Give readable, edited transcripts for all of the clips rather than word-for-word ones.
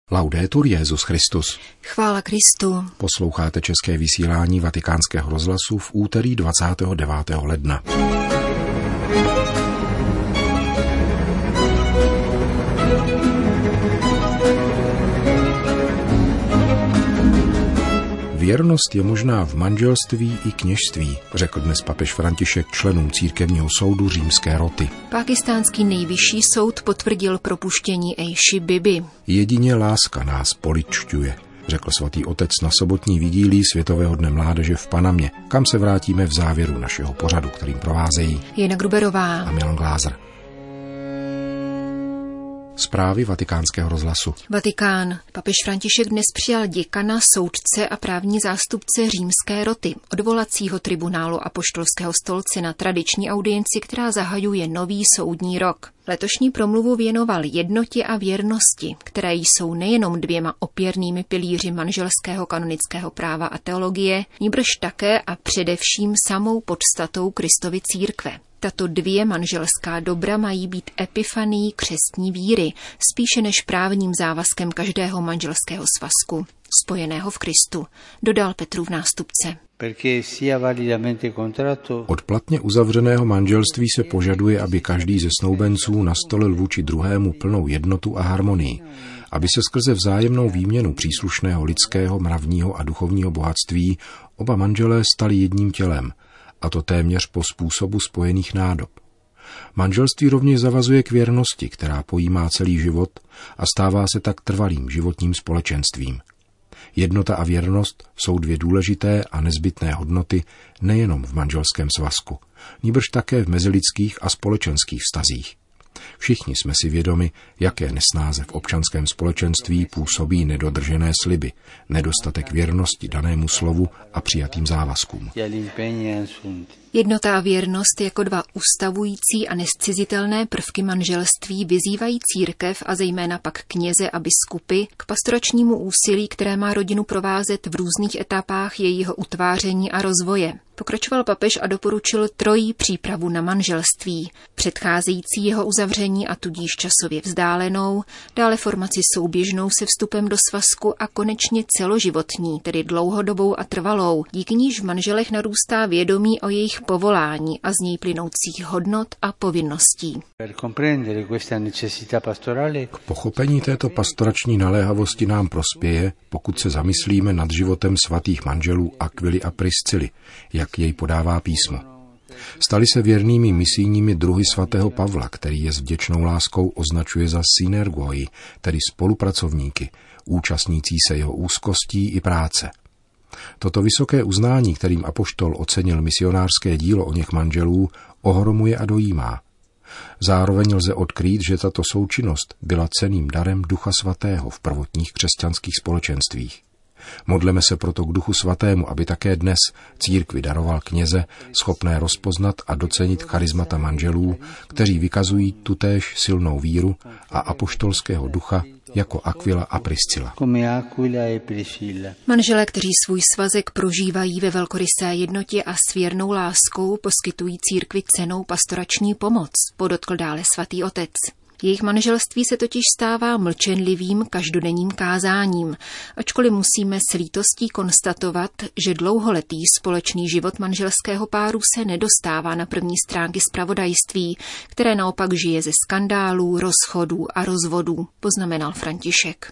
Laudetur Jesus Christus. Chvála Kristu. Posloucháte české vysílání Vatikánského rozhlasu v úterý 29. ledna. Věrnost je možná v manželství i kněžství, řekl dnes papež František členům církevního soudu Římské roty. Pákistánský nejvyšší soud potvrdil propuštění Ejši Bibi. Jedině láska nás poličťuje, řekl svatý otec na sobotní vigílii Světového dne mládeže v Panamě, kam se vrátíme v závěru našeho pořadu, kterým provázejí Jana Gruberová a Milan Glázer. Zprávy Vatikánského rozhlasu. Vatikán. Papež František dnes přijal děkana, soudce a právní zástupce Římské roty, odvolacího tribunálu Apoštolského stolce na tradiční audienci, která zahajuje nový soudní rok. Letošní promluvu věnoval jednotě a věrnosti, které jsou nejenom dvěma opěrnými pilíři manželského kanonického práva a teologie, nýbrž také a především samou podstatou Kristovy církve. Tato dvě manželská dobra mají být epifanií křestní víry, spíše než právním závazkem každého manželského svazku, spojeného v Kristu, dodal Petrův nástupce. Od platně uzavřeného manželství se požaduje, aby každý ze snoubenců nastolil vůči druhému plnou jednotu a harmonii, aby se skrze vzájemnou výměnu příslušného lidského, mravního a duchovního bohatství oba manželé stali jedním tělem, a to téměř po způsobu spojených nádob. Manželství rovněž zavazuje k věrnosti, která pojímá celý život a stává se tak trvalým životním společenstvím. Jednota a věrnost jsou dvě důležité a nezbytné hodnoty nejenom v manželském svazku, nýbrž také v mezilidských a společenských vztazích. Všichni jsme si vědomi, jaké nesnáze v občanském společenství působí nedodržené sliby, nedostatek věrnosti danému slovu a přijatým závazkům. Jednota a věrnost jako dva ustavující a nezcizitelné prvky manželství vyzývají církev a zejména pak kněze a biskupy k pastoračnímu úsilí, které má rodinu provázet v různých etapách jejího utváření a rozvoje. Pokračoval papež a doporučil trojí přípravu na manželství, předcházející jeho uzavření a tudíž časově vzdálenou, dále formaci souběžnou se vstupem do svazku a konečně celoživotní, tedy dlouhodobou a trvalou, díky níž v manželech narůstá vědomí o jejich povolání a z něj plynoucích hodnot a povinností. K pochopení této pastorační naléhavosti nám prospěje, pokud se zamyslíme nad životem svatých manželů Aquily a Priscily, jak jej podává písmo. Stali se věrnými misijními druhy svatého Pavla, který je s vděčnou láskou označuje za synergoi, tedy spolupracovníky, účastnící se jeho úzkostí i práce. Toto vysoké uznání, kterým apoštol ocenil misionářské dílo oněch manželů, ohromuje a dojímá. Zároveň lze odkrýt, že tato součinnost byla cenným darem Ducha Svatého v prvotních křesťanských společenstvích. Modleme se proto k Duchu Svatému, aby také dnes církvi daroval kněze, schopné rozpoznat a docenit charismata manželů, kteří vykazují tutéž silnou víru a apoštolského ducha jako Aquila a Priscila. Manželé, kteří svůj svazek prožívají ve velkorysé jednotě a s věrnou láskou, poskytují církvi cennou pastorační pomoc, podotkl dále svatý otec. Jejich manželství se totiž stává mlčenlivým každodenním kázáním, ačkoliv musíme s lítostí konstatovat, že dlouholetý společný život manželského páru se nedostává na první stránky zpravodajství, které naopak žije ze skandálů, rozchodů a rozvodů, poznamenal František.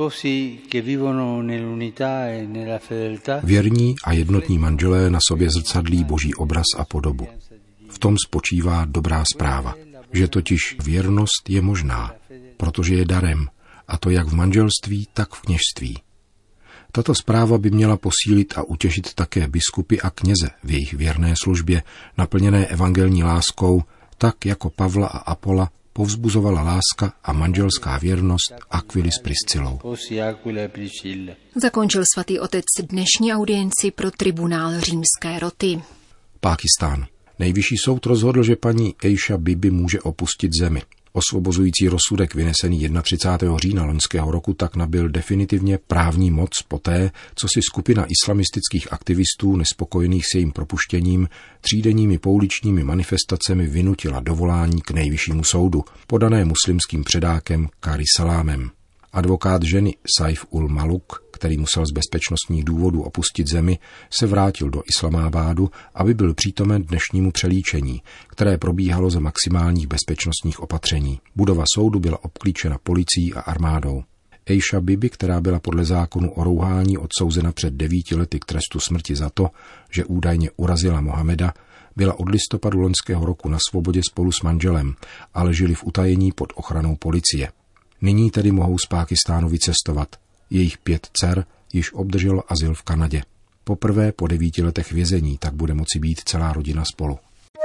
Věrní a jednotní manželé na sobě zrcadlí Boží obraz a podobu. V tom spočívá dobrá zpráva, že totiž věrnost je možná, protože je darem, a to jak v manželství, tak v kněžství. Tato zpráva by měla posílit a utěšit také biskupy a kněze v jejich věrné službě, naplněné evangelní láskou, tak jako Pavla a Apola povzbuzovala láska a manželská věrnost Aquily s Priscilou. Zakončil svatý otec dnešní audienci pro tribunál Římské roty. Pákistán. Nejvyšší soud rozhodl, že paní Ejša Bibi může opustit zemi. Osvobozující rozsudek vynesený 31. října loňského roku tak nabyl definitivně právní moc poté, co si skupina islamistických aktivistů nespokojených s jejím propuštěním třídenními pouličními manifestacemi vynutila dovolání k nejvyššímu soudu, podané muslimským předákem Kari Salámem. Advokát ženy Saif ul Maluk, který musel z bezpečnostních důvodů opustit zemi, se vrátil do Islamabádu, aby byl přítomen dnešnímu přelíčení, které probíhalo za maximálních bezpečnostních opatření. Budova soudu byla obklíčena policií a armádou. Ejša Bibi, která byla podle zákonu o rouhání odsouzena před 9 lety k trestu smrti za to, že údajně urazila Mohameda, byla od listopadu loňského roku na svobodě spolu s manželem, ale žili v utajení pod ochranou policie. Nyní tedy mohou z Pákistánu vycestovat. Jejich 5 dcer již obdrželo azyl v Kanadě. Poprvé po 9 letech vězení tak bude moci být celá rodina spolu.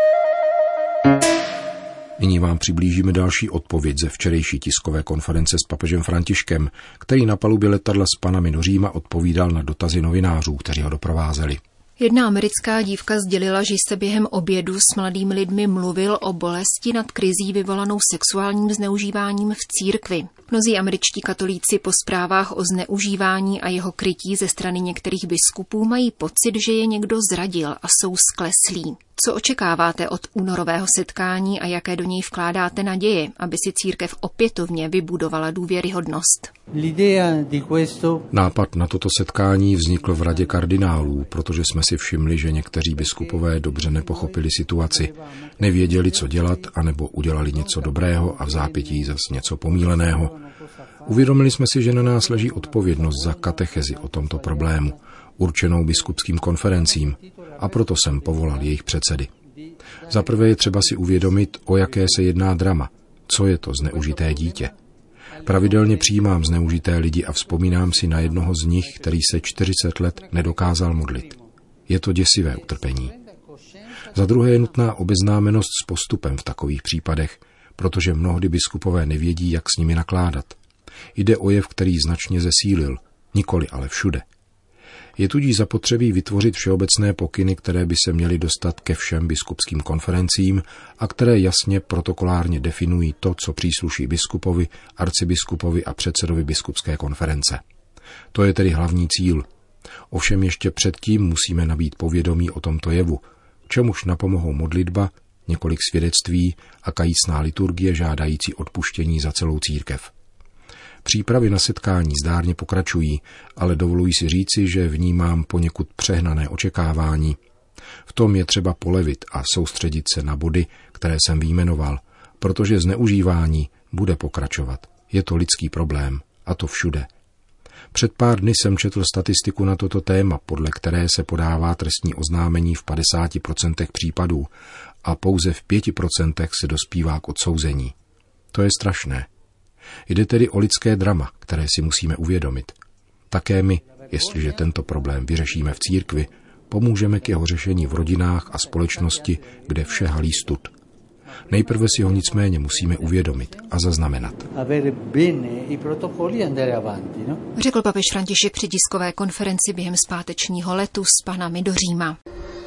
Nyní vám přiblížíme další odpověď ze včerejší tiskové konference s papežem Františkem, který na palubě letadla z Panamy do Říma odpovídal na dotazy novinářů, kteří ho doprovázeli. Jedna americká dívka sdělila, že se během obědu s mladými lidmi mluvil o bolesti nad krizí vyvolanou sexuálním zneužíváním v církvi. Mnozí američtí katolíci po zprávách o zneužívání a jeho krytí ze strany některých biskupů mají pocit, že je někdo zradil a jsou skleslí. Co očekáváte od únorového setkání a jaké do něj vkládáte naděje, aby si církev opětovně vybudovala důvěryhodnost? Nápad na toto setkání vznikl v Radě kardinálů, protože jsme si všimli, že někteří biskupové dobře nepochopili situaci, nevěděli, co dělat, anebo udělali něco dobrého a v zápětí zas něco pomíleného. Uvědomili jsme si, že na nás leží odpovědnost za katechezi o tomto problému, určenou biskupským konferencím, a proto jsem povolal jejich předsedy. Za prvé je třeba si uvědomit, o jaké se jedná drama, co je to zneužité dítě. Pravidelně přijímám zneužité lidi a vzpomínám si na jednoho z nich, který se 40 let nedokázal modlit. Je to děsivé utrpení. Za druhé je nutná obeznámenost s postupem v takových případech, protože mnohdy biskupové nevědí, jak s nimi nakládat. Jde o jev, který značně zesílil, nikoli ale všude. Je tudíž zapotřebí vytvořit všeobecné pokyny, které by se měly dostat ke všem biskupským konferencím a které jasně protokolárně definují to, co přísluší biskupovi, arcibiskupovi a předsedovi biskupské konference. To je tedy hlavní cíl. Ovšem ještě předtím musíme nabít povědomí o tomto jevu, čemuž napomohou modlitba, několik svědectví a kajícná liturgie žádající odpuštění za celou církev. Přípravy na setkání zdárně pokračují, ale dovoluji si říci, že vnímám poněkud přehnané očekávání. V tom je třeba polevit a soustředit se na body, které jsem vyjmenoval, protože zneužívání bude pokračovat. Je to lidský problém, a to všude. Před pár dny jsem četl statistiku na toto téma, podle které se podává trestní oznámení v 50% případů a pouze v 5% se dospívá k odsouzení. To je strašné. Jde tedy o lidské drama, které si musíme uvědomit. Také my, jestliže tento problém vyřešíme v církvi, pomůžeme k jeho řešení v rodinách a společnosti, kde vše halí stud. Nejprve si ho nicméně musíme uvědomit a zaznamenat. Řekl papež František při tiskové konferenci během zpátečního letu z Panamy do Říma.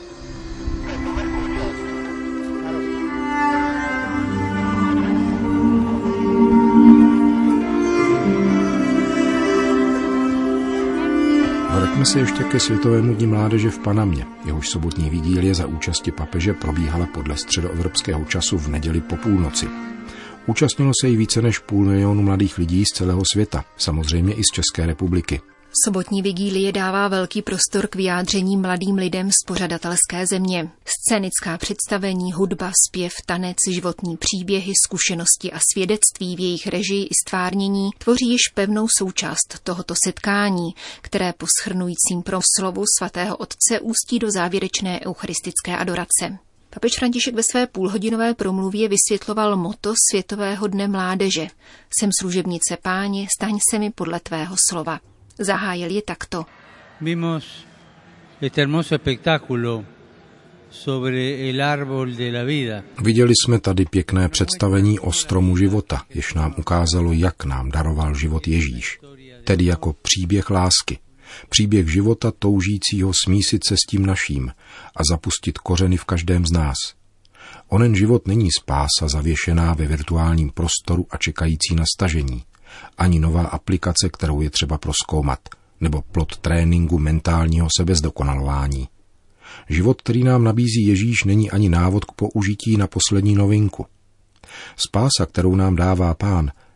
Vraťme se ještě ke Světovému dni mládeže v Panamě. Jehož sobotní vigílie za účasti papeže probíhala podle středoevropského času v neděli po půlnoci. Účastnilo se jí více než 500 000 mladých lidí z celého světa, samozřejmě i z České republiky. Sobotní vigílie dává velký prostor k vyjádření mladým lidem z pořadatelské země. Scénická představení, hudba, zpěv, tanec, životní příběhy, zkušenosti a svědectví v jejich režii i stvárnění tvoří již pevnou součást tohoto setkání, které po shrnujícím proslovu svatého otce ústí do závěrečné eucharistické adorace. Papež František ve své půlhodinové promluvě vysvětloval motto Světového dne mládeže. Jsem služebnice Páně, staň se mi podle tvého slova. Zahájil je takto. Vimos este hermoso espectáculo sobre el árbol de la vida. Viděli jsme tady pěkné představení o stromu života, jež nám ukázalo, jak nám daroval život Ježíš. Tedy jako příběh lásky. Příběh života toužícího smísit se s tím naším a zapustit kořeny v každém z nás. Onen život není spása zavěšená ve virtuálním prostoru a čekající na stažení. Ani nová aplikace, kterou je třeba prozkoumat, nebo plod tréninku mentálního sebezdokonalování. Život, který nám nabízí Ježíš, není ani návod k použití na poslední novinku. Spása, kterou nám dává Pán,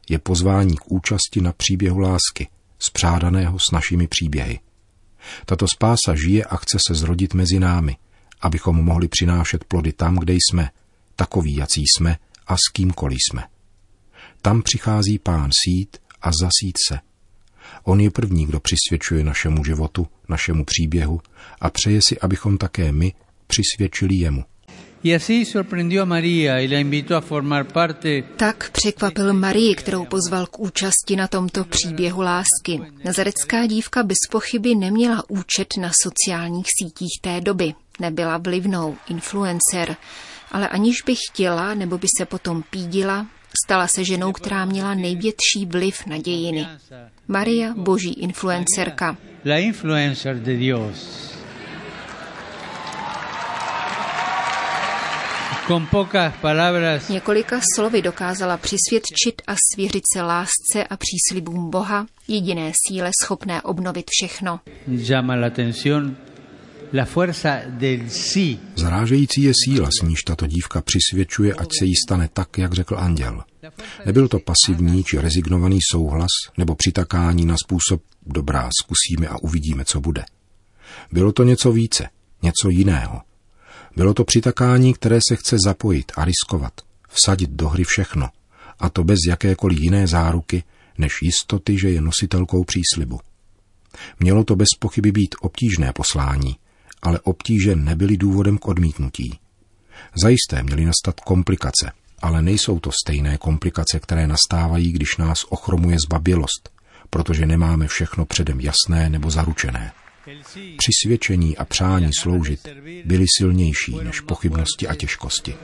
je pozvání k účasti na příběhu lásky, spřádaného s našimi příběhy. Tato spása žije a chce se zrodit mezi námi, abychom mohli přinášet plody tam, kde jsme, takoví, jací jsme a s kýmkoliv jsme. Tam přichází Pán sít a zasít se. On je první, kdo přisvědčuje našemu životu, našemu příběhu a přeje si, abychom také my přisvědčili jemu. Tak překvapil Marii, kterou pozval k účasti na tomto příběhu lásky. Nazarecká dívka bez pochyby neměla účet na sociálních sítích té doby. Nebyla vlivnou, influencer, ale aniž by chtěla nebo by se potom pídila, stala se ženou, která měla největší vliv na dějiny. Maria, boží influencerka. La influencer de Dios. Několika slovy dokázala přisvědčit a svěřit se lásce a příslibům Boha, jediné síle schopné obnovit všechno. Zarážející je síla, s níž tato dívka přisvědčuje, ať se jí stane tak, jak řekl anděl. Nebyl to pasivní či rezignovaný souhlas nebo přitakání na způsob dobrá, zkusíme a uvidíme, co bude. Bylo to něco více, něco jiného. Bylo to přitakání, které se chce zapojit a riskovat, vsadit do hry všechno, a to bez jakékoliv jiné záruky, než jistoty, že je nositelkou příslibu. Mělo to bez pochyby být obtížné poslání, ale obtíže nebyly důvodem k odmítnutí. Zajisté měly nastat komplikace, ale nejsou to stejné komplikace, které nastávají, když nás ochromuje zbabělost, protože nemáme všechno předem jasné nebo zaručené. Přisvědčení a přání sloužit byly silnější než pochybnosti a těžkosti.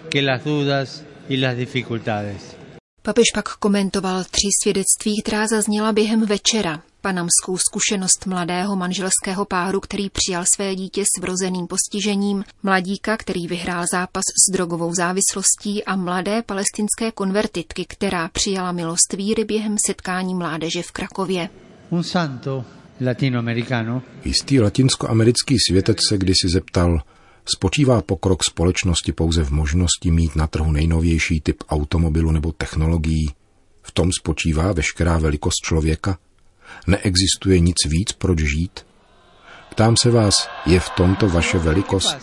Papež pak komentoval 3 svědectví, která zazněla během večera. Panamskou zkušenost mladého manželského páru, který přijal své dítě s vrozeným postižením, mladíka, který vyhrál zápas s drogovou závislostí a mladé palestinské konvertitky, která přijala milost víry během setkání mládeže v Krakově. Un santo latinoamericano. Jistý latinskoamerický světec se kdysi zeptal, spočívá pokrok společnosti pouze v možnosti mít na trhu nejnovější typ automobilu nebo technologií? V tom spočívá veškerá velikost člověka? Neexistuje nic víc, proč žít? Ptám se vás, je v tomto vaše velikost?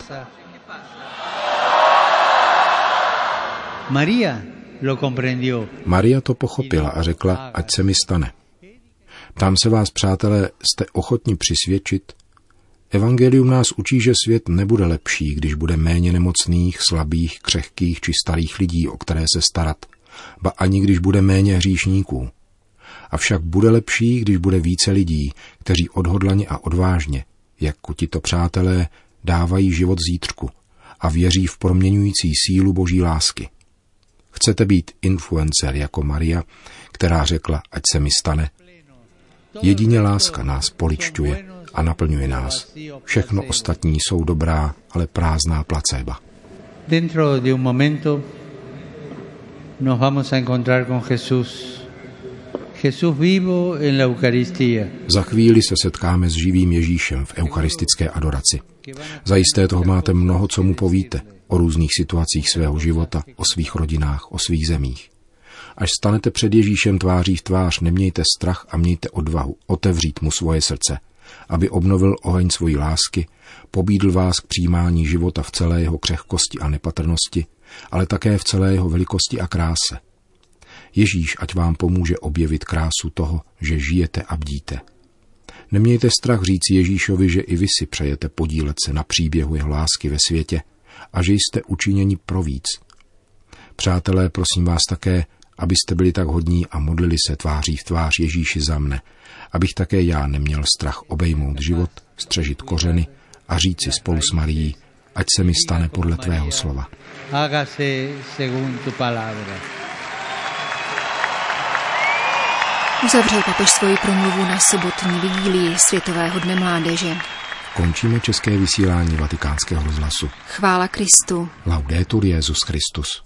Maria to pochopila a řekla, ať se mi stane. Ptám se vás, přátelé, jste ochotni přisvědčit? Evangelium nás učí, že svět nebude lepší, když bude méně nemocných, slabých, křehkých či starých lidí, o které se starat, ba ani když bude méně hříšníků. Avšak bude lepší, když bude více lidí, kteří odhodlaně a odvážně, jako tito přátelé, dávají život zítřku a věří v proměňující sílu boží lásky. Chcete být influencer jako Maria, která řekla, ať se mi stane? Jedině láska nás poličťuje a naplňuje nás. Všechno ostatní jsou dobrá, ale prázdná placeba. Dentro de un momento nos vamos a encontrar con Jesús. Jesús vivo en la Eucaristía. Za chvíli se setkáme s živým Ježíšem v eucharistické adoraci. Zajisté toho máte mnoho, co mu povíte, o různých situacích svého života, o svých rodinách, o svých zemích. Až stanete před Ježíšem tváří v tvář, nemějte strach a mějte odvahu otevřít mu svoje srdce, aby obnovil oheň svojí lásky, pobídl vás k přijímání života v celé jeho křehkosti a nepatrnosti, ale také v celé jeho velikosti a kráse. Ježíš ať vám pomůže objevit krásu toho, že žijete a bdíte. Nemějte strach říct Ježíšovi, že i vy si přejete podílet se na příběhu jeho lásky ve světě a že jste učiněni pro víc. Přátelé, prosím vás také, abyste byli tak hodní a modlili se tváří v tvář Ježíši za mne, abych také já neměl strach obejmout život, střežit kořeny a říci spolu s Marií, ať se mi stane podle tvého slova. Uzavřel papež svoji promluvu na sobotní vigílii Světového dne mládeže. Končíme české vysílání Vatikánského rozhlasu. Chvála Kristu. Laudetur Jesus Christus.